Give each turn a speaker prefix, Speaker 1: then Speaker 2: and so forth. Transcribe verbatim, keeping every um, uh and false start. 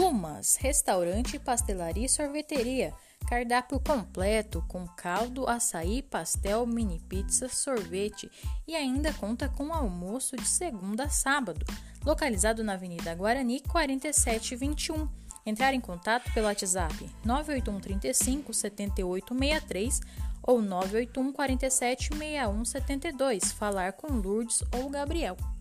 Speaker 1: Dumas, restaurante, pastelaria e sorveteria. Cardápio completo com caldo, açaí, pastel, mini pizza, sorvete e ainda conta com almoço de segunda a sábado. Localizado na Avenida Guarani, quarenta e sete vinte e um. Entrar em contato pelo WhatsApp nove oito um três cinco sete oito seis três ou nove oito um quatro sete seis um sete dois. Falar com Lourdes ou Gabriel.